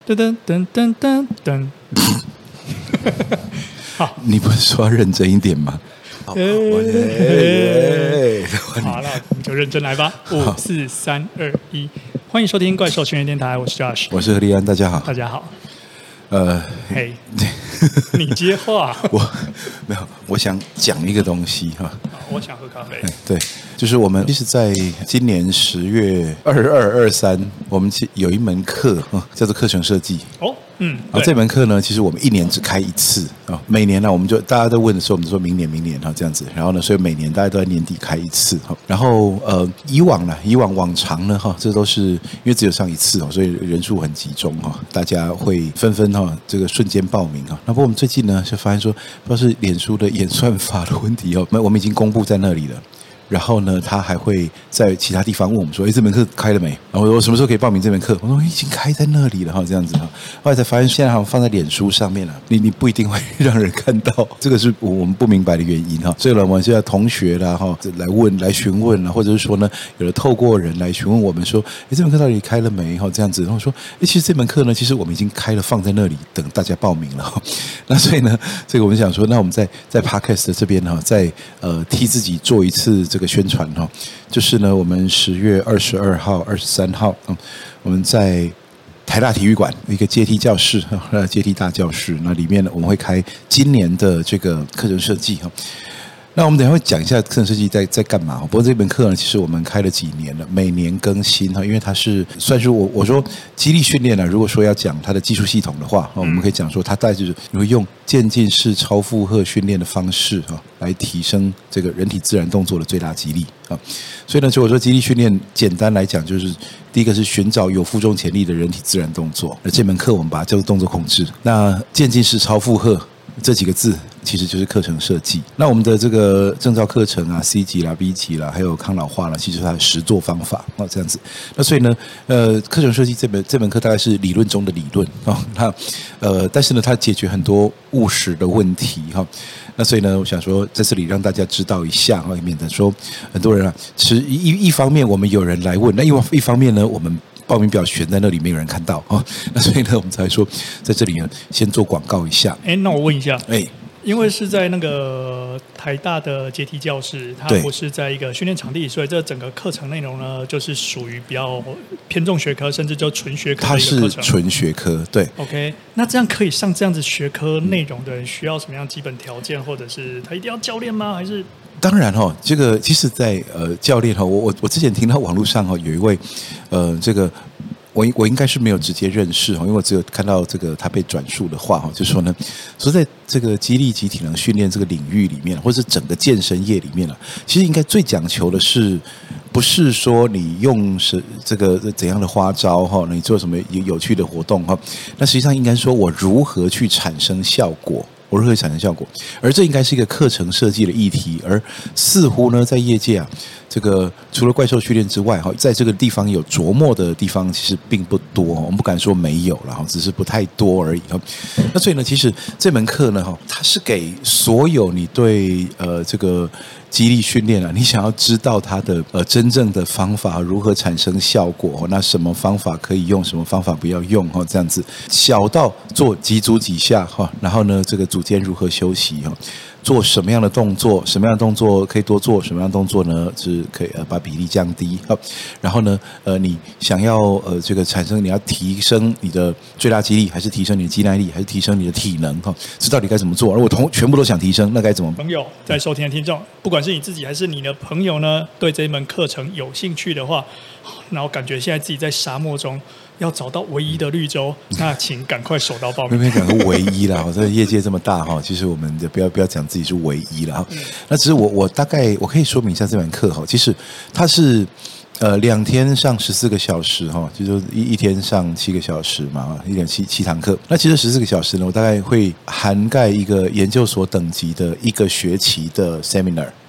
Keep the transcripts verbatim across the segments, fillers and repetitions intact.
噔噔噔噔噔噔。好， 你不是说要认真一点吗？好， 欸我欸好，那我们就认真来吧。五、四、三、二、一，欢迎收听怪兽训练电台，我是 Josh， 我是何立安，大家好。 大家好。 呃， 嘿，你接话。 我没有，我想讲一个东西哈。 我想喝咖啡。 对，就是我们其实在今年十月二二二三，我们有一门课啊，叫做课程设计。 哦，嗯， 然后这门课呢，其实我们一年只开一次啊。每年呢，我们就大家都问的时候，我们就说明年、明年哈这样子。然后呢，所以每年大家都在年底开一次哈。然后呃，以往呢，以往往常呢哈，这都是因为只有上一次哦，所以人数很集中哈，大家会纷纷哈这个瞬间报名哈。那不过我们最近呢，就发现说，不知道是脸书的演算法的问题哦，我们已经公布在那里了。然后呢，他还会在其他地方问我们说：“哎，这门课开了没？”然后我什么时候可以报名这门课？我说：“已经开在那里了哈，这样子哈。”后来才发现，现在好像放在脸书上面了，你你不一定会让人看到，这个是我们不明白的原因哈。所以呢，我们现在同学啦哈来问、来询问啦，或者是说呢，有的透过人来询问我们说：“哎，这门课到底开了没？”哈，这样子。然后说：“哎，其实这门课呢，其实我们已经开了，放在那里等大家报名了。”那所以呢，这个我们想说，那我们在在 Podcast 的这边哈，再呃替自己做一次这个。这个宣传哈，就是呢，我们十月二十二号、二十三号，嗯，我们在台大体育馆一个阶梯教室，呃，阶梯大教室，那里面呢，我们会开今年的这个课程设计哈。那我们等一下会讲一下课程设计在在干嘛。不过这门课呢，其实我们开了几年了，每年更新哈，因为它是算是我我说肌力训练呢，如果说要讲它的技术系统的话，我们可以讲说它大概就是你会用渐进式超负荷训练的方式哈，来提升这个人体自然动作的最大肌力啊。所以呢，就我说肌力训练，简单来讲就是第一个是寻找有负重潜力的人体自然动作，而这门课我们把它叫做动作控制。那渐进式超负荷这几个字其实就是课程设计。那我们的这个证照课程啊 ，C 级啦、B 级啦，还有抗老化啦，其实它的实作方法哦这样子。那所以呢，呃，课程设计这门这门课大概是理论中的理论哦。那呃，但是呢，它解决很多务实的问题哈。那所以呢，我想说在这里让大家知道一下哈，免得说很多人啊，其实一一方面我们有人来问，那一一方面呢，我们报名表悬在那里，没有人看到啊。那所以呢，我们才说在这里呢，先做广告一下。 哎，那我问一下， 哎。 因为是在那个台大的阶梯教室，它不是在一个训练场地，所以这整个课程内容呢，就是属于比较偏重学科，甚至就纯学科的一个课程。 它是纯学科，对。 OK， 那这样可以上这样子学科内容的人，需要什么样基本条件，或者是他一定要教练吗？还是？ 当然哈、哦，这个其实在，在呃教练哈，我我我之前听到网络上哈有一位呃这个。我我应该是没有直接认识哈，因为我只有看到这个他被转述的话哈，就说呢，说在这个肌力及体能训练这个领域里面，或者是整个健身业里面了，其实应该最讲求的是，不是说你用是这个怎样的花招哈，你做什么有有趣的活动哈，那实际上应该说我如何去产生效果。我如何产生效果？而这应该是一个课程设计的议题，而似乎呢，在业界啊，这个除了怪兽训练之外，哈，在这个地方有琢磨的地方其实并不多，我们不敢说没有了，只是不太多而已。那所以呢，其实这门课呢，哈，它是给所有你对呃这个肌力训练啊，你想要知道它的呃真正的方法如何产生效果，那什么方法可以用，什么方法不要用哈，这样子小到做几组几下哈，然后呢，这个组间如何休息哈，做什么样的动作，什么样的动作可以多做，什么样的动作呢是可以呃把比例降低哈，然后呢呃你想要呃这个产生你要提升你的最大肌力，还是提升你的肌耐力，还是提升你的体能哈，这到底该怎么做？而我同全部都想提升，那该怎么？ 朋友在收听的听众，不管是你自己还是你的朋友呢，对这一门课程有兴趣的话，然后感觉现在自己在沙漠中要找到唯一的绿洲，那请赶快手到报名。 没有讲个唯一啦，这个业界这么大哈，其实我们不要不要讲自己是唯一了哈。那只是我我大概我可以说明一下这门课哈，其实它是呃两天上十四个小时哈，就是一一天上七个小时嘛，一点七七堂课。那其实十四个小时呢，我大概会涵盖一个研究所等级的一个学期的 seminar。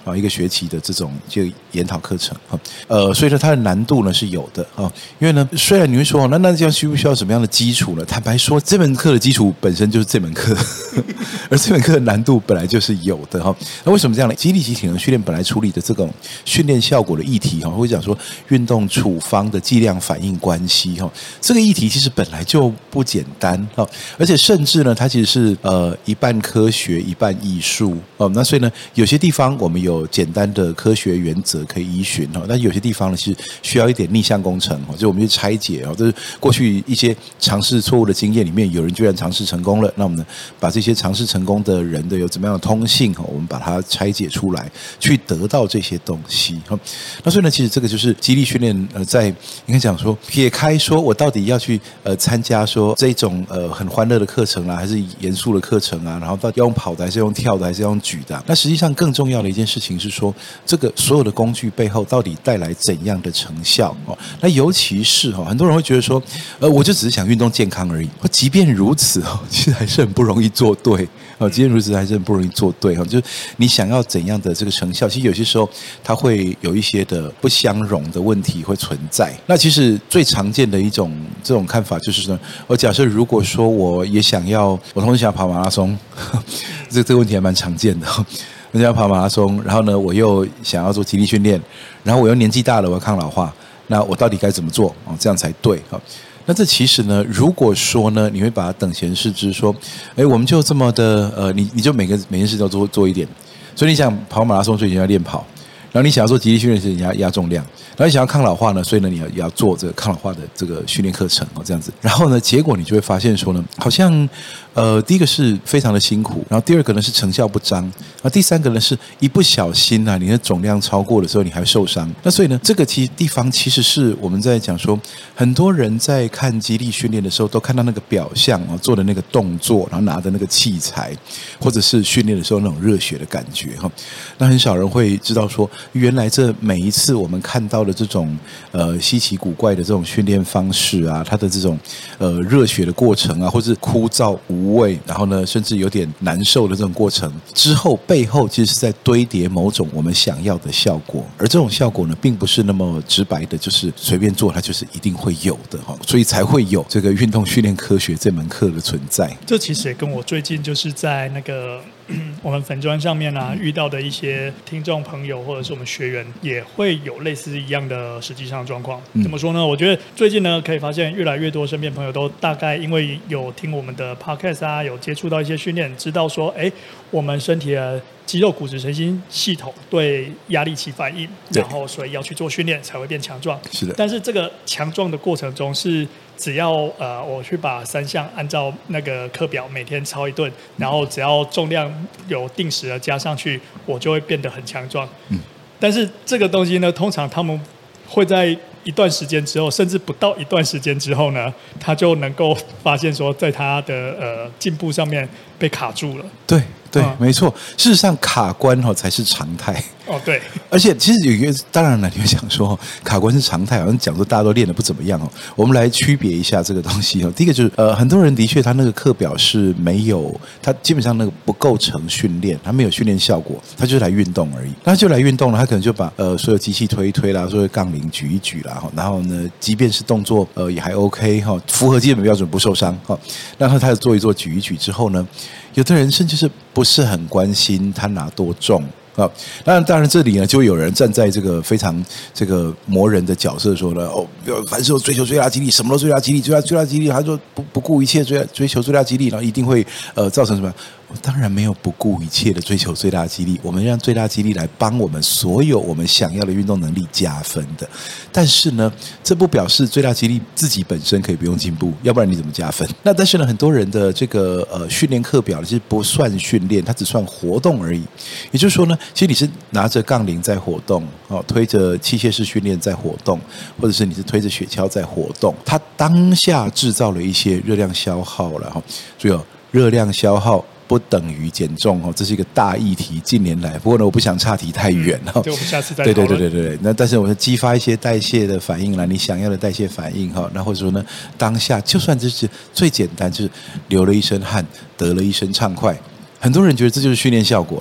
啊，一个学期的这种就研讨课程哈，呃，所以说它的难度呢是有的啊，因为呢，虽然你会说那那这样需不需要什么样的基础呢？坦白说，这门课的基础本身就是这门课，而这门课的难度本来就是有的哈。那为什么这样呢？肌力及体能训练本来处理的这种训练效果的议题哈，会讲说运动处方的剂量反应关系哈，这个议题其实本来就不简单哈，而且甚至呢，它其实是呃一半科学一半艺术哦。那所以呢，有些地方我们有简单的科学原则可以依循哈，但有些地方呢是需要一点逆向工程哈，就我们去拆解哦，这是过去一些尝试错误的经验里面，有人居然尝试成功了，那我们呢把这些尝试成功的人的有怎么样的通性哈，我们把它拆解出来，去得到这些东西哈。那所以呢，其实这个就是肌力训练呃，在应该讲说撇开说我到底要去呃参加说这种呃很欢乐的课程啦，还是严肃的课程啊，然后到底要用跑的还是用跳的还是要用举的、啊？那实际上更重要的一件事情是说，这个所有的工具背后到底带来怎样的成效哦？那尤其是哈、哦，很多人会觉得说，呃，我就只是想运动健康而已。即便如此哦，其实还是很不容易做对哦。即便如此，还是很不容易做对哈、哦。就是你想要怎样的这个成效，其实有些时候它会有一些的不相容的问题会存在。那其实最常见的一种这种看法就是说，我假设如果说我也想要，我同时想要跑马拉松，这这个问题还蛮常见的。我想要跑马拉松，然后呢，我又想要做肌力训练，然后我又年纪大了，我要抗老化，那我到底该怎么做哦？这样才对哈。那这其实呢，如果说呢，你会把它等闲视之，说，哎，我们就这么的呃，你你就每个每件事都做做一点，所以你想跑马拉松，所以你要练跑。然后你想要做肌力训练，是你要压重量；然后你想要抗老化呢，所以呢，你要要做这个抗老化的这个训练课程哦，这样子。然后呢，结果你就会发现说呢，好像呃，第一个是非常的辛苦，然后第二个呢是成效不彰，然后第三个呢是一不小心啊，你的总量超过的时候，你还会受伤。那所以呢，这个其实地方其实是我们在讲说，很多人在看肌力训练的时候，都看到那个表象啊，做的那个动作，然后拿的那个器材，或者是训练的时候那种热血的感觉哈。那很少人会知道说，原来这每一次我们看到的这种呃稀奇古怪的这种训练方式啊，它的这种呃热血的过程啊，或是枯燥无味，然后呢甚至有点难受的这种过程之后，背后其实是在堆叠某种我们想要的效果，而这种效果呢，并不是那么直白的，就是随便做它就是一定会有的哈，所以才会有这个运动训练科学这门课的存在。 这其实也跟我最近就是在那个我们粉专上面啊遇到的一些听众朋友或者是我们学员也会有类似一样的实际上的状况。怎么说呢？我觉得最近呢可以发现越来越多身边朋友都大概因为有听我们的 podcast 啊，有接触到一些训练，知道说哎，我们身体的肌肉骨质神经系统对压力起反应，然后所以要去做训练才会变强壮。 是的。 但是这个强壮的过程中是只要呃我去把三项按照那个课表每天操一顿，然后只要重量有定时的加上去，我就会变得很强壮。嗯。但是这个东西呢，通常他们会在一段时间之后，甚至不到一段时间之后呢，他就能够发现说，在他的呃进步上面被卡住了。 对对、嗯，没错。事实上，卡关哈、哦、才是常态。 哦，对。而且其实有一个，当然了，你会想说，卡关是常态，好像讲说大家都练得不怎么样哦。我们来区别一下这个东西哦。第一个就是呃，很多人的确他那个课表是没有，他基本上那个不构成训练，他没有训练效果，他就是来运动而已。那就来运动了，他可能就把呃所有机器推一推啦，所有杠铃举一举啦，然后呢，即便是动作呃也还 OK 哈，符合基本标准不受伤哈。然后他做一做举一举之后呢，有的人甚至是不是很关心他拿多重。啊，那当然这里呢，就会有人站在这个非常这个魔人的角色说呢，哦，凡事都追求最大肌力，什么都最大肌力，最大最大肌力，他说不不顾一切追追求最大肌力，然后一定会呃造成什么？当然没有不顾一切的追求最大肌力，我们让最大肌力来帮我们所有我们想要的运动能力加分的。但是呢，这不表示最大肌力自己本身可以不用进步，要不然你怎么加分？那但是呢，很多人的这个呃训练课表其实不算训练，它只算活动而已。也就是说呢，其实你是拿着杠铃在活动，哦，推着器械式训练在活动，或者是你是推着雪橇在活动，它当下制造了一些热量消耗了哈。所以哦，热量消耗不等于减重哦，这是一个大议题。近年来，不过呢，我不想岔题太远哈。 对，我们下次再对对对对对。那但是我们激发一些代谢的反应啦，你想要的代谢反应哈。那或者说呢，当下就算这是最简单，就是流了一身汗，得了一身畅快，很多人觉得这就是训练效果了。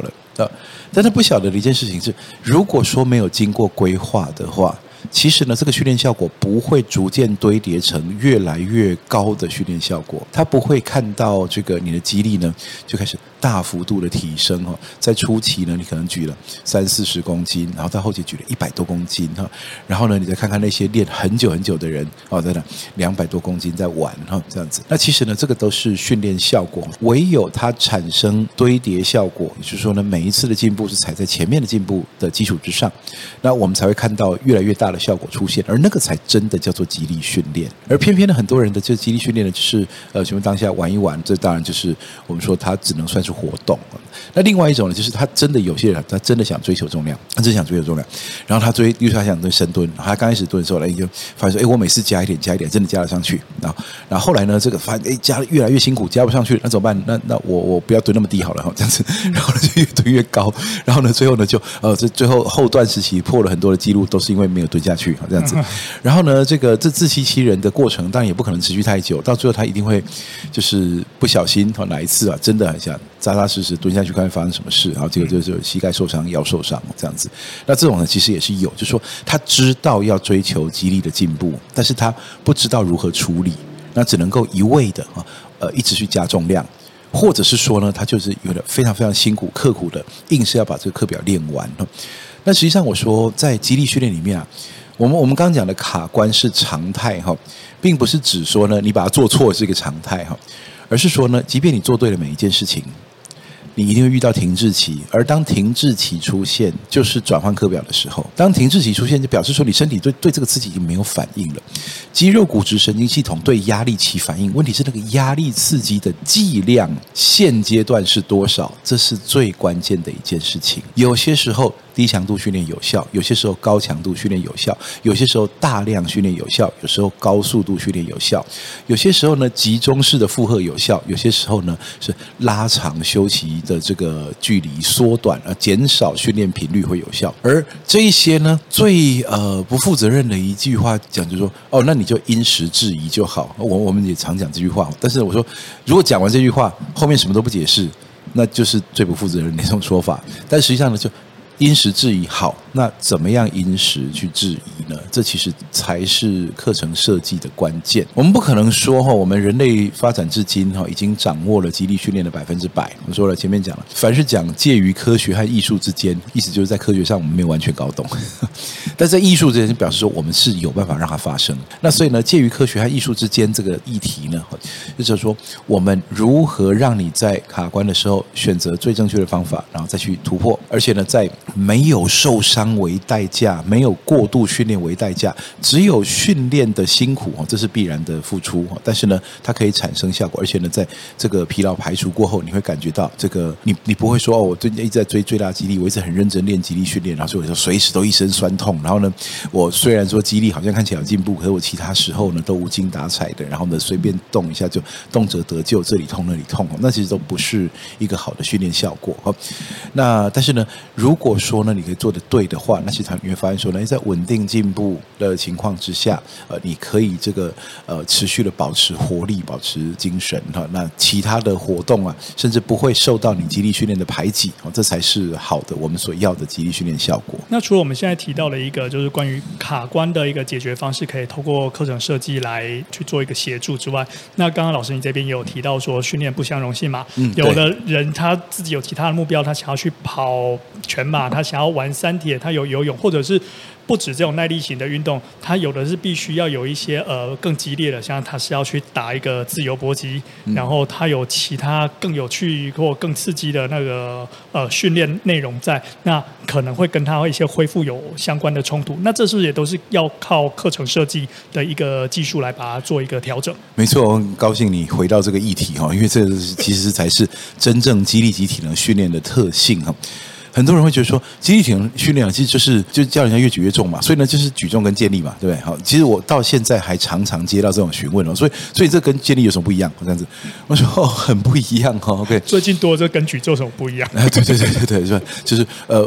呃，但他不晓得的一件事情是，如果说没有经过规划的话，其实呢，这个训练效果不会逐渐堆叠成越来越高的训练效果，他不会看到这个你的肌力呢就开始大幅度的提升哈。在初期呢，你可能举了三四十公斤，然后到后期举了一百多公斤哈，然后呢，你再看看那些练很久很久的人哦，在那两百多公斤在玩哈，这样子。那其实呢，这个都是训练效果，唯有它产生堆叠效果，也就是说呢，每一次的进步是踩在前面的进步的基础之上，那我们才会看到越来越大的效果出现，而那个才真的叫做肌力训练。而偏偏呢，很多人的这肌力训练呢，就是呃，全部当下玩一玩，这当然就是我们说它只能算是活动。那另外一种呢，就是他真的有些人，他真的想追求重量，他真的想追求重量，然后他追，例如他想追深蹲，他刚开始蹲的时候呢，就发现说，哎，我每次加一点，加一点，真的加得上去。然后，然后后来呢，这个发现，哎，加得越来越辛苦，加不上去，那怎么办？那那我我不要蹲那么低好了，这样子，然后呢就越蹲越高，然后呢最后呢就呃，这最后后段时期破了很多的记录，都是因为没有蹲下去，这样子。然后呢，这个这自欺欺人的过程，当然也不可能持续太久，到最后他一定会就是不小心，哪一次啊，真的很想扎扎实实蹲下去看发生什么事，然后结果就是膝盖受伤、腰受伤这样子。那这种呢，其实也是有，就是说他知道要追求肌力的进步，但是他不知道如何处理，那只能够一味的啊，呃，一直去加重量，或者是说呢，他就是有点非常非常辛苦、刻苦的，硬是要把这个课表练完。那实际上我说，在肌力训练里面啊，我们我们刚刚讲的卡关是常态哈，并不是指说呢，你把它做错是一个常态哈，而是说呢，即便你做对了每一件事情，你一定会遇到停滞期，而当停滞期出现，就是转换课表的时候。当停滞期出现，就表示说你身体对对这个刺激已经没有反应了。肌肉、骨质、神经系统对压力起反应，问题是那个压力刺激的剂量现阶段是多少，这是最关键的一件事情。有些时候低强度训练有效，有些时候高强度训练有效，有些时候大量训练有效，有时候高速度训练有效，有些时候呢集中式的负荷有效，有些时候呢是拉长休息的这个距离，缩短呃减少训练频率会有效。而这一些呢，最呃不负责任的一句话讲就是说，哦，那你就因时制宜就好。我我们也常讲这句话，但是我说，如果讲完这句话后面什么都不解释，那就是最不负责任的一种说法。但实际上呢，就因时制宜好，那怎么样因时去制宜呢？这其实才是课程设计的关键。我们不可能说我们人类发展至今已经掌握了肌力训练的百分之百。我说了，前面讲了，凡是讲介于科学和艺术之间，意思就是在科学上我们没有完全搞懂，但在艺术之间表示说我们是有办法让它发生。那所以呢，介于科学和艺术之间这个议题呢，就是说我们如何让你在卡关的时候选择最正确的方法，然后再去突破，而且呢，在没有受伤为代价，没有过度训练为代价，只有训练的辛苦，这是必然的付出。但是呢，它可以产生效果，而且呢，在这个疲劳排除过后，你会感觉到这个你你不会说哦，我最近一直在追最大肌力，我一直很认真练肌力训练，然后所以我就随时都一身酸痛。然后呢，我虽然说肌力好像看起来有进步，可是我其他时候呢都无精打采的，然后呢随便动一下就动辄得咎，这里痛那里痛，那其实都不是一个好的训练效果。那但是呢，如果说呢，你可以做得对的话，那其实你会发现说呢，在稳定进步的情况之下，呃，你可以这个呃持续的保持活力，保持精神哈。那其他的活动啊，甚至不会受到你肌力训练的排挤，哦，这才是好的我们所要的肌力训练效果。 那除了我们现在提到的一个就是关于卡关的一个解决方式，可以透过课程设计来去做一个协助之外，那刚刚老师你这边也有提到说训练不相容性嘛，嗯，有的人他自己有其他的目标，他想要去跑全马，他想要玩三铁，他有游泳，或者是不止这种耐力型的运动，他有的是必须要有一些呃更激烈的，像他是要去打一个自由搏击，嗯，然后他有其他更有趣或更刺激的那个呃训练内容在，那可能会跟他一些恢复有相关的冲突。那这是不是也都是要靠课程设计的一个技术来把它做一个调整？ 没错，我很高兴你回到这个议题哈，因为这其实才是真正肌力及体能训练的特性哈。很多人会觉得说，肌力体能训练其实就是就叫人家越举越重嘛，所以呢就是举重跟健力嘛，对不对？好，其实我到现在还常常接到这种询问哦，所以所以这跟健力有什么不一样？这样子，我说哦，很不一样哦。OK， 最近多这跟举重有什么不一样？ 对对对对对，是吧？就是呃。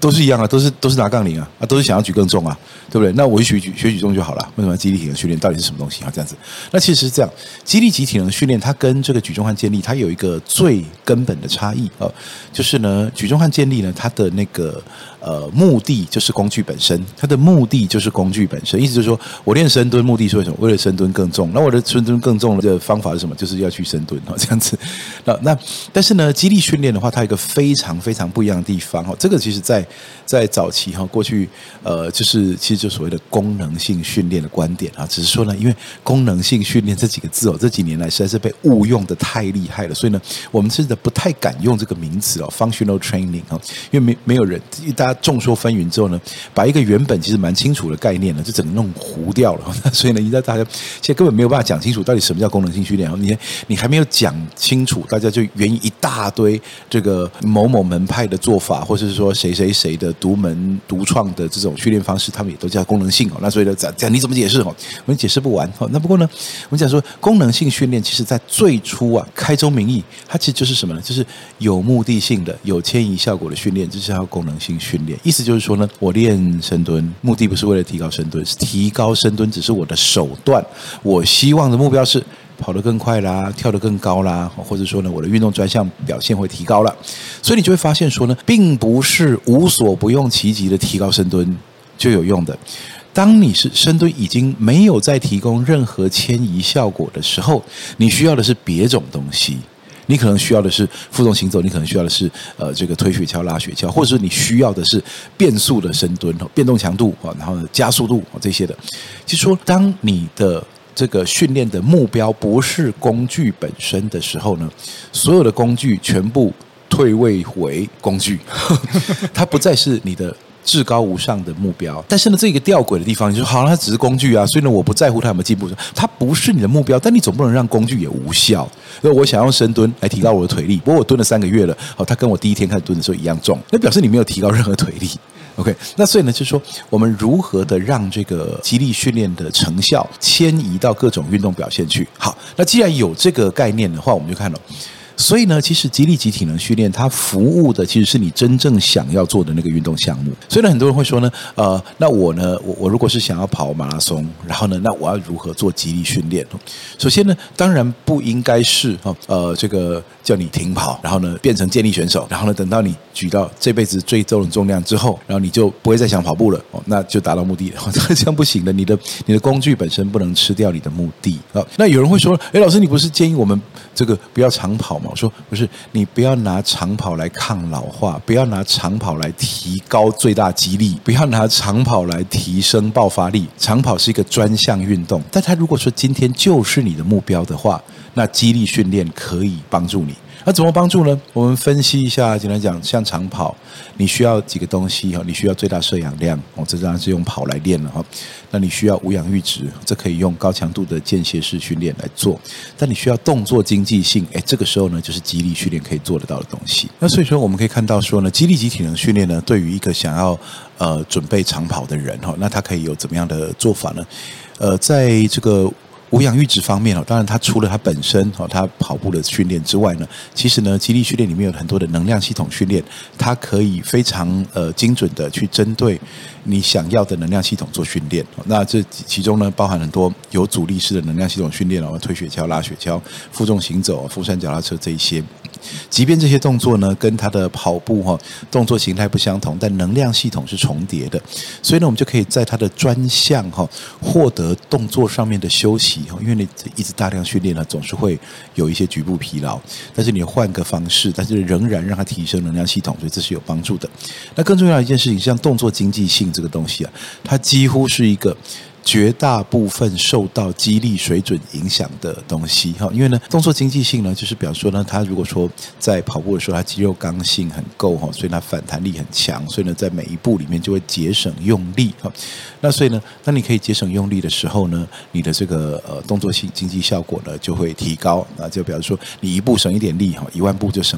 都是一样啊，都是都是拿杠铃啊，啊，都是想要举更重啊，对不对？那我就学举学举重就好了，为什么肌力体能训练到底是什么东西啊？这样子，那其实是这样，肌力及体能训练它跟这个举重和健力它有一个最根本的差异啊、呃，就是呢，举重和健力呢，它的那个呃目的就是工具本身，它的目的就是工具本身，意思就是说我练深蹲目的是为什么？为了深蹲更重，那我的深蹲更重的方法是什么？就是要去深蹲啊，这样子。那那但是呢，肌力训练的话，它有一个非常非常不一样的地方哈，这个其实在在早期哈，过去呃就是其实就所谓的功能性训练的观点啊，只是说呢，因为功能性训练这几个字哦，这几年来实在是被误用的太厉害了，所以呢，我们真的不太敢用这个名词哦 ，functional training 啊，因为没没有人，大家众说纷纭之后呢，把一个原本其实蛮清楚的概念呢，就整个弄糊掉了，所以呢，大家现在根本没有办法讲清楚到底什么叫功能性训练，你你还没有讲清楚，大家就援引一大堆这个某某门派的做法，或者是说谁谁谁的独门独创的这种训练方式，他们也都叫功能性哦。那所以呢，讲讲你怎么解释哦？我们解释不完哦。那不过呢，我们讲说功能性训练，其实在最初啊，开宗明义，它其实就是什么呢？就是有目的性的、有迁移效果的训练，这是叫功能性训练。意思就是说呢，我练深蹲，目的不是为了提高深蹲，是提高深蹲只是我的手段，我希望的目标是跑得更快啦，跳得更高啦，或者说呢，我的运动专项表现会提高了。所以你就会发现说呢，并不是无所不用其极的提高深蹲就有用的。当你是深蹲已经没有再提供任何迁移效果的时候，你需要的是别种东西。你可能需要的是负重行走，你可能需要的是呃这个推雪橇、拉雪橇，或者是你需要的是变速的深蹲、变动强度啊，然后加速度这些的。就是说，当你的这个训练的目标不是工具本身的时候呢，所有的工具全部退位为工具，它不再是你的至高无上的目标。但是呢，这个吊诡的地方就是，好，它只是工具啊，所以呢，我不在乎它有没有进步，它不是你的目标，但你总不能让工具也无效。所以我想用深蹲来提高我的腿力，不过我蹲了三个月了，好，它跟我第一天开始蹲的时候一样重，那表示你没有提高任何腿力。OK， 那所以呢，就是说我们如何的让这个肌力训练的成效迁移到各种运动表现去。好，那既然有这个概念的话，我们就看了。所以呢，其实肌力及体能训练它服务的其实是你真正想要做的那个运动项目。所以呢，很多人会说呢，呃，那我呢，我我如果是想要跑马拉松，然后呢，那我要如何做肌力训练？首先呢，当然不应该是呃这个叫你停跑，然后呢变成健力选手，然后呢等到你举到这辈子最重的重量之后，然后你就不会再想跑步了，哦，那就达到目的了。这样不行的，你的你的工具本身不能吃掉你的目的啊。那有人会说，哎，老师，你不是建议我们这个不要长跑吗？我说不是，你不要拿长跑来抗老化，不要拿长跑来提高最大肌力，不要拿长跑来提升爆发力。长跑是一个专项运动，但它如果说今天就是你的目标的话，那肌力训练可以帮助你。那怎么帮助呢？我们分析一下，简单讲，像长跑，你需要几个东西哈？你需要最大摄氧量，哦，这当然是用跑来练了哈。那你需要无氧阈值，这可以用高强度的间歇式训练来做。但你需要动作经济性，哎，这个时候呢，就是肌力训练可以做得到的东西。那所以说，我们可以看到说呢，肌力及体能训练呢，对于一个想要呃准备长跑的人哈，那他可以有怎么样的做法呢？呃，在这个无氧阈值方面哦，当然它除了它本身哦，它跑步的训练之外呢，其实呢，肌力训练里面有很多的能量系统训练，它可以非常呃精准的去针对你想要的能量系统做训练。那这其中呢，包含很多有阻力式的能量系统训练哦，推雪橇、拉雪橇、负重行走、扶山脚踏车这一些。即便这些动作呢，跟它的跑步哈动作形态不相同，但能量系统是重叠的，所以呢，我们就可以在它的专项哈获得动作上面的休息。因为你一直大量训练呢，总是会有一些局部疲劳，但是你换个方式，但是仍然让它提升能量系统，所以这是有帮助的。那更重要的一件事情，像动作经济性这个东西啊，它几乎是一个绝大部分受到肌力水准影响的东西哈，因为呢，动作经济性呢，就是表示说呢，它如果说在跑步的时候，它肌肉刚性很够哈，所以它反弹力很强，所以呢，在每一步里面就会节省用力哈。那所以呢，当你可以节省用力的时候呢，你的这个呃动作性经济效果呢就会提高啊，就表示说你一步省一点力哈，一万步就省了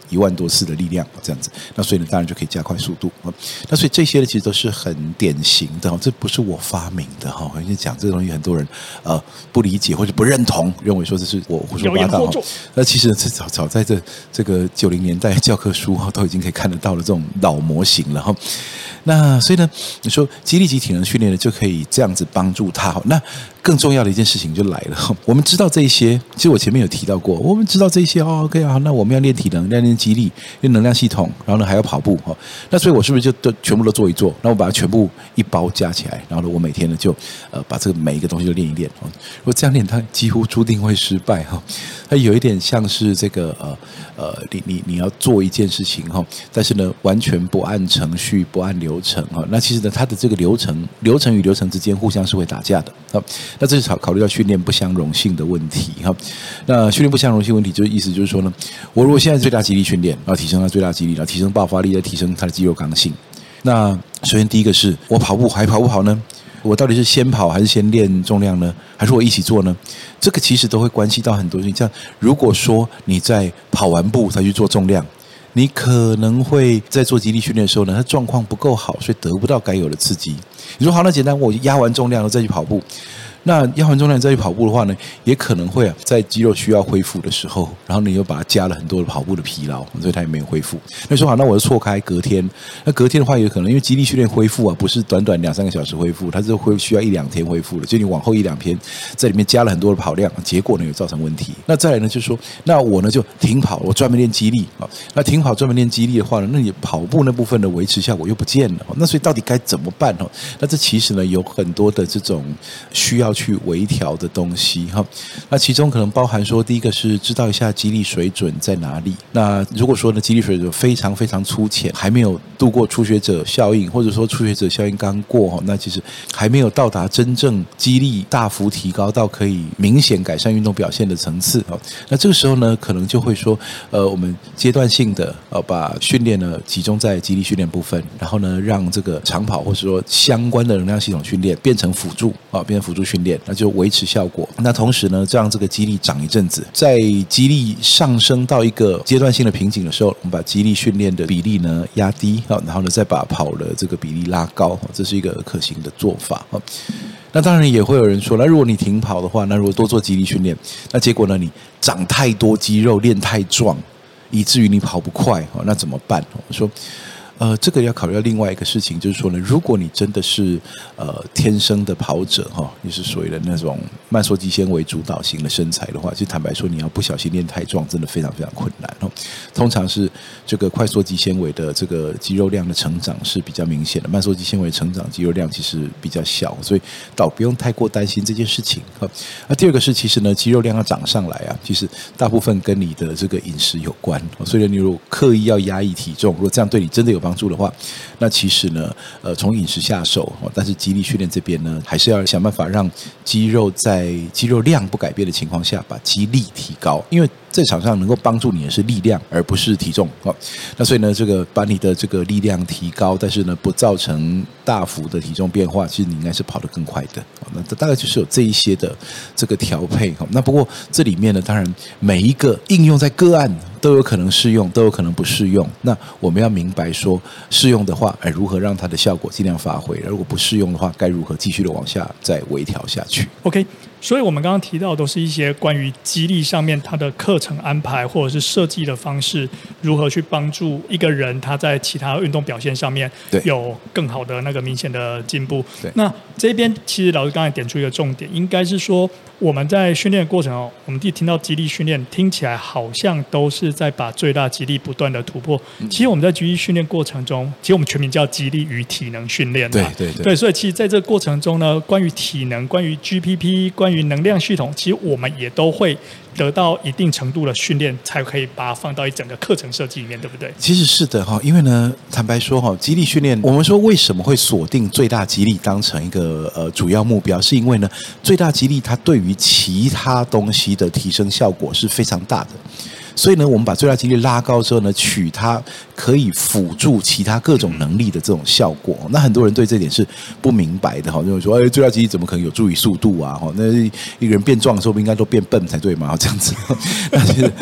一万多次的力量这样子。那所以呢，当然就可以加快速度。那所以这些呢，其实都是很典型的，这不是我发明的哈。因为讲这个东西，很多人呃不理解或者不认同，认为说这是我胡说八道。那其实是早早在这这个九零年代教科书都已经可以看得到的这种老模型了哈。那所以呢，你说肌力及体能训练呢，就可以这样子帮助他。那更重要的一件事情就来了，我们知道这一些，其实我前面有提到过，我们知道这一些哦 ，OK 啊，那我们要练体能，要练肌力，练能量系统，然后呢还要跑步哈。那所以我是不是就都全部都做一做？那我把它全部一包加起来，然后呢，我每天呢就呃把这个每一个东西都练一练。如果这样练，它几乎注定会失败哈。它有一点像是这个呃呃，你你你要做一件事情哈，但是呢完全不按程序，不按流程哈。那其实呢，它的这个流程流程与流程之间互相是会打架的。那这是考考虑到训练不相容性的问题哈。那训练不相容性问题，就是意思就是说呢，我如果现在最大肌力训练，然后提升它最大肌力，然后提升爆发力，再提升它的肌肉刚性。那首先第一个是我跑步还跑不好呢？我到底是先跑还是先练重量呢？还是我一起做呢？这个其实都会关系到很多事情。像如果说你在跑完步才去做重量，你可能会在做肌力训练的时候呢，它状况不够好，所以得不到该有的刺激。你说好，那简单，我压完重量然后再去跑步。那压完重量再去跑步的话呢，也可能会啊，在肌肉需要恢复的时候，然后你又把它加了很多的跑步的疲劳，所以它也没有恢复。那说好，那我就错开隔天。那隔天的话，有可能因为肌力训练恢复啊，不是短短两三个小时恢复，它是会需要一两天恢复的。就你往后一两天，在里面加了很多的跑量，结果呢有造成问题。那再来呢，就是说，那我呢就停跑，我专门练肌力啊。那停跑专门练肌力的话呢，那你跑步那部分的维持效果又不见了。那所以到底该怎么办呢？那这其实呢有很多的这种需要去微调的东西哈，那其中可能包含说，第一个是知道一下肌力水准在哪里。那如果说呢，肌力水准非常非常粗浅，还没有度过初学者效应，或者说初学者效应刚过，那其实还没有到达真正肌力大幅提高到可以明显改善运动表现的层次。那这个时候呢，可能就会说，呃，我们阶段性的呃把训练呢集中在肌力训练部分，然后呢让这个长跑或者说相关的能量系统训练变成辅助啊，变成辅助训练，那就维持效果。那同时呢，让这个肌力长一阵子，在肌力上升到一个阶段性的瓶颈的时候，我们把肌力训练的比例呢压低，然后呢再把跑的这个比例拉高，这是一个可行的做法。那当然也会有人说，那如果你停跑的话，那如果多做肌力训练，那结果呢你长太多肌肉，练太壮，以至于你跑不快，那怎么办？我说呃，这个要考虑到另外一个事情，就是说呢，如果你真的是呃天生的跑者哈，你是所谓的那种慢缩肌纤维主导型的身材的话，其实坦白说，你要不小心练太壮，真的非常非常困难哦。通常是这个快缩肌纤维的这个肌肉量的成长是比较明显的，慢缩肌纤维成长肌肉量其实比较小，所以倒不用太过担心这件事情哈。那第二个是，其实呢，肌肉量要涨上来啊，其实大部分跟你的这个饮食有关，所以你如果刻意要压抑体重，如果这样对你真的有帮助的话，那其实呢，呃，从饮食下手，但是肌力训练这边呢，还是要想办法让肌肉在肌肉量不改变的情况下，把肌力提高，因为在场上能够帮助你的是力量，而不是体重哦。那所以呢，这个把你的这个力量提高，但是呢，不造成大幅的体重变化，其实你应该是跑得更快的。那大概就是有这一些的这个调配。那不过这里面呢，当然每一个应用在个案都有可能适用，都有可能不适用。那我们要明白说，适用的话，哎，如何让它的效果尽量发挥；如果不适用的话，该如何继续的往下再微调下去。 OK， 所以我们刚刚提到都是一些关于肌力上面它的课程安排或者是设计的方式，如何去帮助一个人他在其他运动表现上面有更好的那个明显的进步。那这边其实老师刚才点出一个重点，应该是说我们在训练的过程哦，我们一听到肌力训练，听起来好像都是在把最大肌力不断的突破。嗯、其实我们在肌力训练过程中，其实我们全名叫肌力与体能训练。 对对 对, 对，所以其实在这个过程中呢，关于体能、关于 G P P、关于能量系统，其实我们也都会得到一定程度的训练，才可以把它放到一整个课程设计里面，对不对？ 其实是的哈，因为呢，坦白说哈，肌力训练，我们说为什么会锁定最大肌力当成一个呃主要目标，是因为呢，最大肌力它对于其他东西的提升效果是非常大的。所以呢，我们把最大肌力拉高之后呢，取它可以辅助其他各种能力的这种效果。那很多人对这点是不明白的哈，认为说，哎，最大肌力怎么可能有助于速度啊？哈，那一个人变壮的时候，不应该都变笨才对嘛？这样子，但是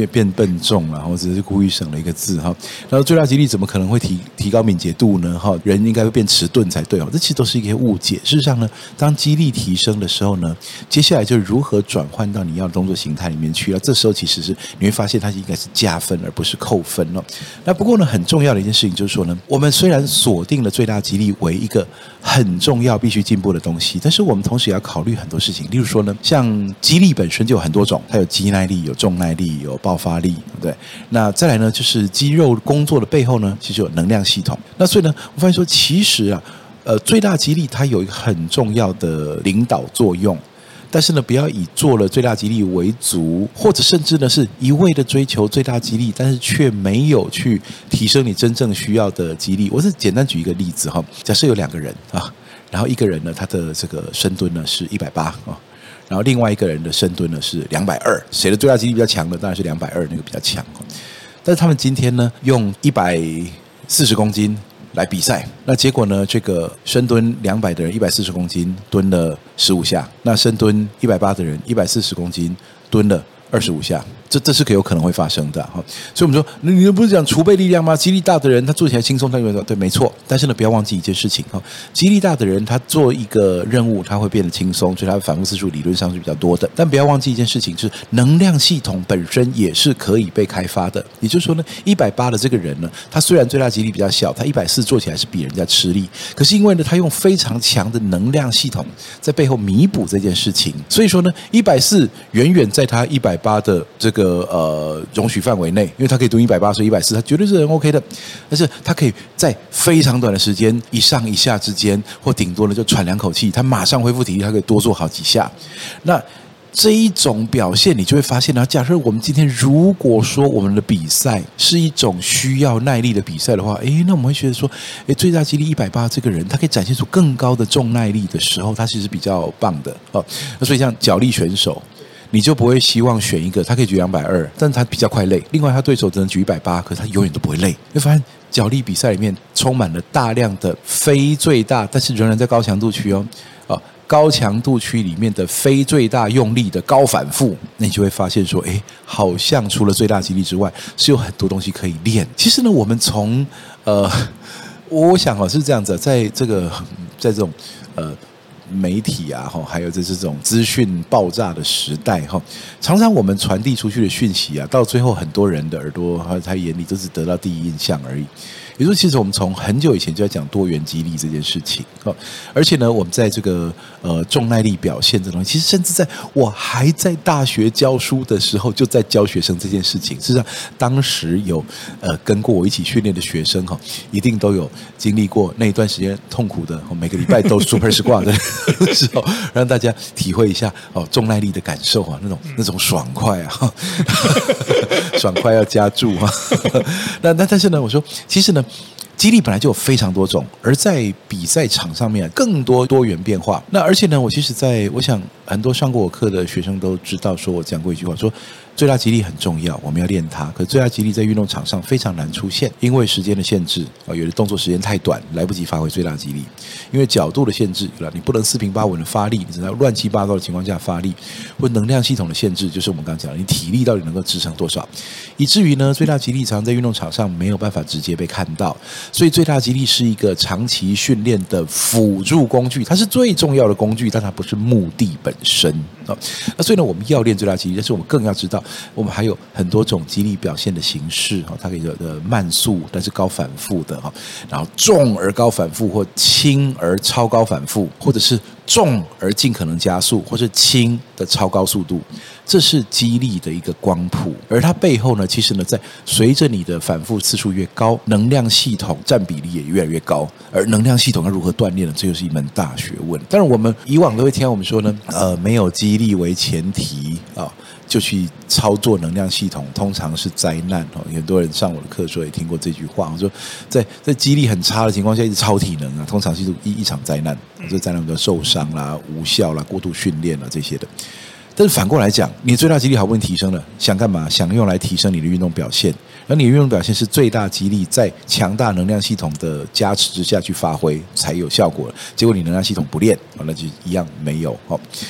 变变笨重了，或者是故意省了一个字哈。然后最大肌力怎么可能会提提高敏捷度呢？哈，人应该会变迟钝才对哦。这其实都是一个误解。事实上呢，当肌力提升的时候呢，接下来就如何转换到你要的动作形态里面去了。这时候其实是你会发现它应该是加分而不是扣分哦。那不过呢，很重要的一件事情就是说呢，我们虽然锁定了最大肌力为一个很重要必须进步的东西，但是我们同时也要考虑很多事情。例如说呢，像肌力本身就有很多种，它有肌耐力、有重耐力、有爆发力，对。那再来呢，就是肌肉工作的背后呢，其实有能量系统。那所以呢，我发现说，其实啊，呃，最大肌力它有一个很重要的领导作用。但是呢，不要以做了最大肌力为足，或者甚至呢是一味的追求最大肌力，但是却没有去提升你真正需要的肌力。我是简单举一个例子哈，假设有两个人啊，然后一个人呢他的这个深蹲呢是一百八啊，然后另外一个人的深蹲呢是两百二，谁的最大肌力比较强呢？当然是两百二那个比较强。但是他们今天呢用一百四十公斤来比赛，那结果呢？这个深蹲两百的人一百四十公斤蹲了十五下，那深蹲一百八的人一百四十公斤蹲了二十五下，这这是可有可能会发生的哈。所以我们说，你不是讲储备力量吗？肌力大的人他做起来轻松，他有对，没错。但是呢，不要忘记一件事情哈，肌力大的人他做一个任务，他会变得轻松，所以他的反复次数理论上是比较多的。但不要忘记一件事情，就是能量系统本身也是可以被开发的。也就是说呢，一百八的这个人呢，他虽然最大肌力比较小，他一百四做起来是比人家吃力，可是因为呢，他用非常强的能量系统在背后弥补这件事情，所以说呢，一百四远远在他一百八的这个呃容许范围内，因为他可以蹲一百八，所以一百四他绝对是很 OK 的。但是他可以在非常短的时间一上一下之间，或顶多呢就喘两口气，他马上恢复体力，他可以多做好几下。那这一种表现，你就会发现呢，假设我们今天如果说我们的比赛是一种需要耐力的比赛的话，诶，那我们会觉得说，诶，最大肌力一百八这个人，他可以展现出更高的重耐力的时候，他其实比较棒的哦。那所以像角力选手，你就不会希望选一个他可以举两百二，但他比较快累，另外他对手只能举一百八，可是他永远都不会累。会发现角力比赛里面充满了大量的非最大，但是仍然在高强度区哦，哦高强度区里面的非最大用力的高反复，那你就会发现说，哎，好像除了最大肌力之外，是有很多东西可以练。其实呢，我们从呃，我想哦是这样子，在这个在这种呃。媒体啊，还有在这种资讯爆炸的时代，常常我们传递出去的讯息啊，到最后很多人的耳朵和他眼里都是得到第一印象而已。也就是其实我们从很久以前就在讲多元肌力这件事情，而且呢，我们在这个呃重耐力表现这东西，其实甚至在我还在大学教书的时候，就在教学生这件事情。事实上，当时有呃跟过我一起训练的学生哈，一定都有经历过那一段时间痛苦的，每个礼拜都 super squat 的时候，让大家体会一下哦重耐力的感受啊，那种那种爽快啊，爽快要加注啊。那那但是呢，我说其实呢。肌力本来就有非常多种，而在比赛场上面更多多元变化。那而且呢，我其实在我想很多上过我课的学生都知道，说我讲过一句话，说最大肌力很重要，我们要练它。可是最大肌力在运动场上非常难出现，因为时间的限制啊，有的动作时间太短，来不及发挥最大肌力；因为角度的限制，你不能四平八稳的发力，你只能乱七八糟的情况下发力；或能量系统的限制，就是我们刚刚讲的，你体力到底能够支撑多少，以至于呢，最大肌力常常在运动场上没有办法直接被看到。所以最大肌力是一个长期训练的辅助工具，它是最重要的工具，但它不是目的本身。那所以呢，我们要练最大肌力，但是我们更要知道，我们还有很多种肌力表现的形式，它可以有的慢速，但是高反复的，然后重而高反复，或轻而超高反复，或者是重而尽可能加速，或是轻的超高速度。这是肌力的一个光谱，而它背后呢，其实呢，在随着你的反复次数越高，能量系统占比例也越来越高。而能量系统要如何锻炼呢？这就是一门大学问。当然，我们以往都会听到我们说呢，呃，没有肌力为前提啊，就去操作能量系统，通常是灾难哦。很多人上我的课的时候也听过这句话，我说在在肌力很差的情况下一直超体能啊，通常是一一场灾难。这灾难叫受伤啦、无效啦、过度训练啦这些的。但是反过来讲，你最大肌力好不容易提升了，想干嘛？想用来提升你的运动表现，而你的运动表现是最大肌力在强大能量系统的加持之下去发挥才有效果了。结果你能量系统不练，那就一样没有。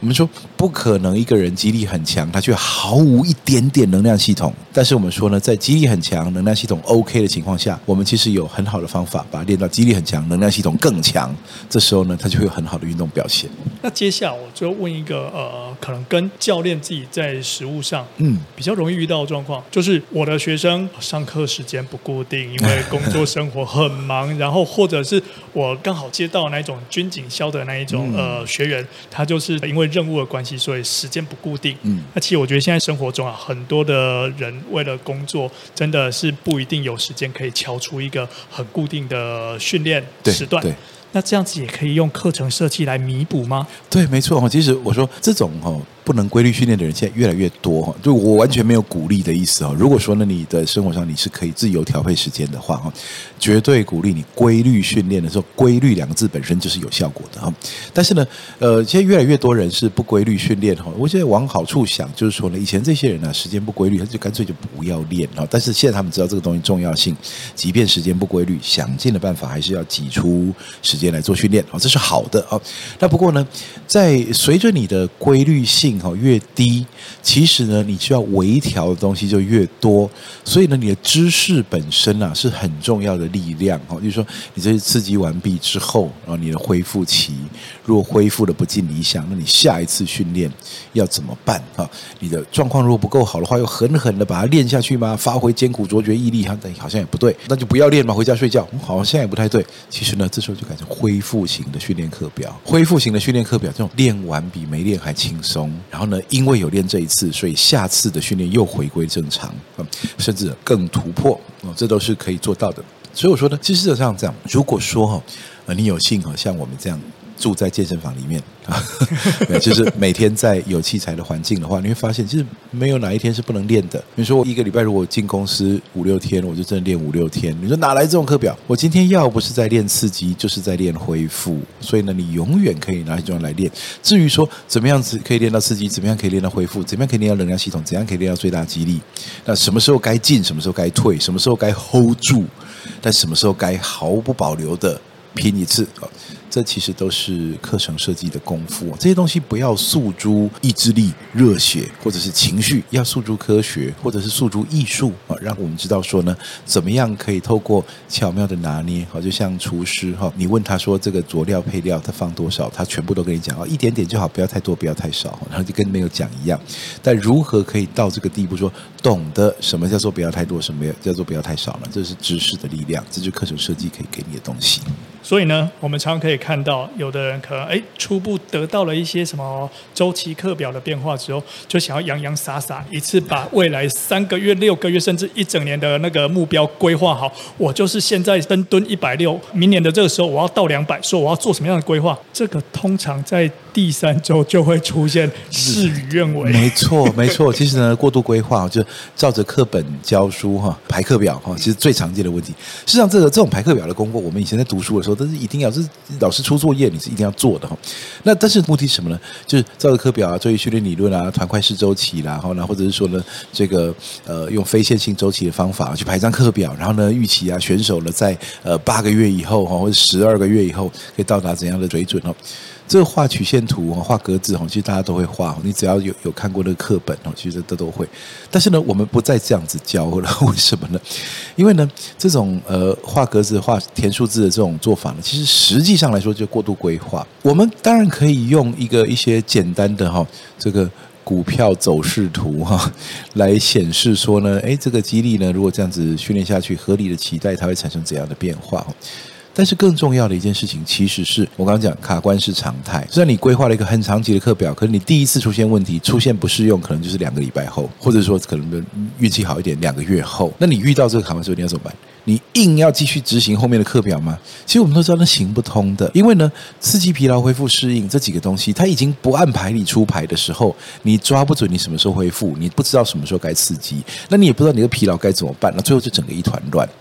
我们说不可能一个人肌力很强，他却毫无一点点能量系统。但是我们说呢，在肌力很强、能量系统 OK 的情况下，我们其实有很好的方法把它练到肌力很强、能量系统更强。这时候呢，他就会有很好的运动表现。 那接下来我就问一个呃，可能跟教练自己在实务上嗯比较容易遇到的状况，就是我的学生上课时间不固定，因为工作生活很忙，然后或者是我刚好接到那一种军警校的那一种、嗯、呃学员，他就是因为任务的关系，所以时间不固定。嗯，那其实我觉得现在生活中啊，很多的人为了工作，真的是不一定有时间可以敲出一个很固定的训练时段。对。那这样子也可以用课程设计来弥补吗？ 对，没错。其实我说这种不能规律训练的人现在越来越多，就我完全没有鼓励的意思。如果说呢你的生活上你是可以自由调配时间的话，绝对鼓励你规律训练的时候，规律两个字本身就是有效果的。但是呢，呃，现在越来越多人是不规律训练。我现在往好处想，就是说呢，以前这些人呢、啊、时间不规律，他就干脆就不要练。但是现在他们知道这个东西重要性，即便时间不规律，想尽的办法还是要挤出时间来做训练，这是好的。那不过呢，在随着你的规律性越低，其实呢你需要微调的东西就越多，所以呢你的知识本身啊是很重要的力量。就是说你这些刺激完毕之后，然后你的恢复期如果恢复的不尽理想，那你下一次训练要怎么办？你的状况如果不够好的话，又狠狠的把它练下去吗？发挥艰苦卓绝毅力，好像也不对，那就不要练嘛，回家睡觉，好像也不太对。其实呢这时候就改成恢复型的训练课表，恢复型的训练课表，这种练完比没练还轻松，然后呢因为有练这一次，所以下次的训练又回归正常，甚至更突破，这都是可以做到的。所以我说呢，其实就像这样，如果说你有幸像我们这样住在健身房里面就是每天在有器材的环境的话，你会发现其实没有哪一天是不能练的。比如说我一个礼拜如果进公司五六天，我就真的练五六天。你说哪来这种课表？我今天要不是在练刺激，就是在练恢复。所以呢你永远可以拿这种来练。至于说怎么样子可以练到刺激，怎么样可以练到恢复，怎么样可以练到能量系统，怎样可以练到最大肌力，那什么时候该进，什么时候该退，什么时候该 hold 住，但什么时候该毫不保留的拼一次，这其实都是课程设计的功夫。这些东西不要诉诸意志力、热血或者是情绪，要诉诸科学或者是诉诸艺术，让我们知道说呢，怎么样可以透过巧妙的拿捏，就像厨师，你问他说这个佐料配料他放多少，他全部都跟你讲，一点点就好，不要太多不要太少，然后就跟没有讲一样。但如何可以到这个地步，说懂得什么叫做不要太多，什么叫做不要太少呢？这是知识的力量，这就是课程设计可以给你的东西。 所以呢，我们常常可以看到，有的人可能哎初步得到了一些什么周期课表的变化之后，就想要洋洋洒洒一次把未来三个月、六个月甚至一整年的那个目标规划好。我就是现在深蹲一百六，明年的这个时候我要到两百，说我要做什么样的规划？这个通常在第三周就会出现事与愿违。 没错，没错。其实呢，过度规划就照着课本教书哈，排课表哈，其实最常见的问题。事实上，这个这种排课表的功课，我们以前在读书的时候，都是一定要，是老师出作业，你是一定要做的哈。那但是目的是什么呢？就是照着课表啊，作业训练理论啊，团块式周期啦，然后或者是说呢，这个呃用非线性周期的方法去排一张课表，然后呢预期啊选手呢在呃八个月以后哈，或者十二个月以后可以到达怎样的水准哦。这个画曲线图、画格子，其实大家都会画。你只要有有看过那个课本，其实这都会。但是呢，我们不再这样子教了。为什么呢？因为呢，这种呃画格子、画填数字的这种做法呢，其实实际上来说就过度规划。我们当然可以用一个一些简单的哈这个股票走势图哈来显示说呢，哎，这个激励呢，如果这样子训练下去，合理的期待它会产生怎样的变化？但是更重要的一件事情，其实是我刚刚讲卡关是常态。虽然你规划了一个很长期的课表，可是你第一次出现问题，出现不适用，可能就是两个礼拜后，或者说可能运气好一点，两个月后。那你遇到这个卡关时候，你要怎么办？你硬要继续执行后面的课表吗？其实我们都知道那行不通的，因为呢，刺激、疲劳、恢复、适应这几个东西，它已经不按牌理出牌的时候，你抓不准你什么时候恢复，你不知道什么时候该刺激，那你也不知道你的疲劳该怎么办，那最后就整个一团乱。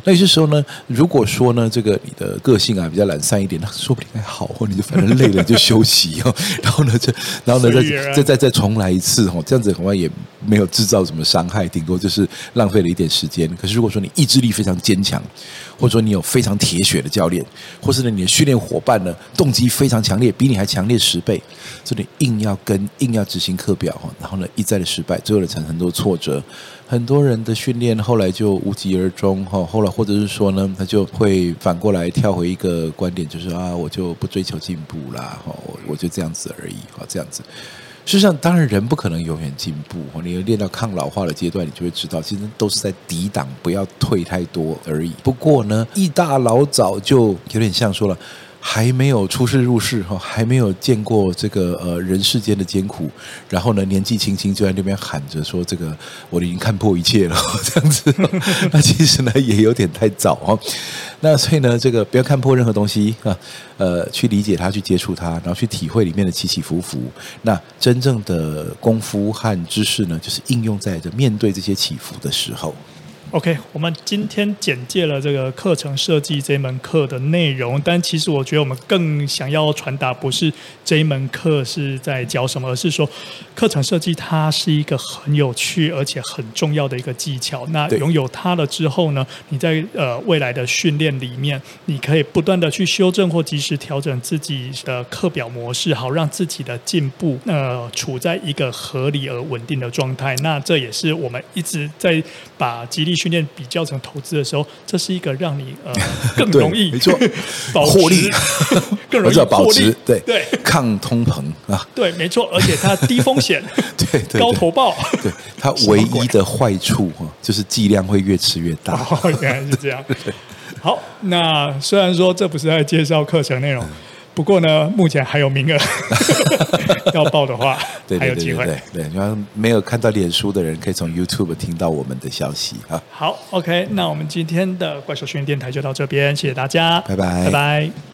那有些时候呢，如果说呢，这个你的个性啊比较懒散一点，那说不定还好哦，你就反正累了就休息哦，然后呢，就然后呢再再再再重来一次哦，这样子恐怕也没有制造什么伤害，顶多就是浪费了一点时间。可是如果说你意志力非常坚强，或者说你有非常铁血的教练，或是呢你的训练伙伴呢动机非常强烈，比你还强烈十倍，所以你硬要跟硬要执行课表，然后呢一再的失败，最后呢产生很多挫折。很多人的训练后来就无疾而终，后来或者是说呢，他就会反过来跳回一个观点，就是啊，我就不追求进步啦，我我就这样子而已，这样子。事实上，当然人不可能永远进步，你练到抗老化的阶段，你就会知道，其实都是在抵挡，不要退太多而已。不过呢，一大老早就有点像说了。还没有出世入世哈，还没有见过这个呃人世间的艰苦，然后呢年纪轻轻就在那边喊着说这个我已经看破一切了这样子，那其实呢也有点太早哈。那所以呢这个不要看破任何东西啊，呃去理解它，去接触它，然后去体会里面的起起伏伏。那真正的功夫和知识呢，就是应用在这面对这些起伏的时候。 OK， 我们今天简介了这个课程设计这门课的内容，但其实我觉得我们更想要传达不是这一门课是在教什么，而是说课程设计它是一个很有趣而且很重要的一个技巧。那拥有它了之后呢，你在呃未来的训练里面，你可以不断的去修正或及时调整自己的课表模式，好让自己的进步呃处在一个合理而稳定的状态。那这也是我们一直在把激励训练比较成投资的时候，这是一个让你呃更容易没错保获利， 更容易保值，对对， 抗通膨啊， 对，没错，而且它低风险， 对对， 高投报， 对它唯一的坏处就是剂量会越吃越大。 哦，原来是这样。好，那虽然说这不是在介绍课程内容。不过呢，目前还有名额，要报的话对对对对对还有机会。 对，然后没有看到脸书的人，可以从 YouTube 听到我们的消息啊。 好 ，OK，那我们今天的怪兽训练电台就到这边，谢谢大家， 拜拜， 拜拜。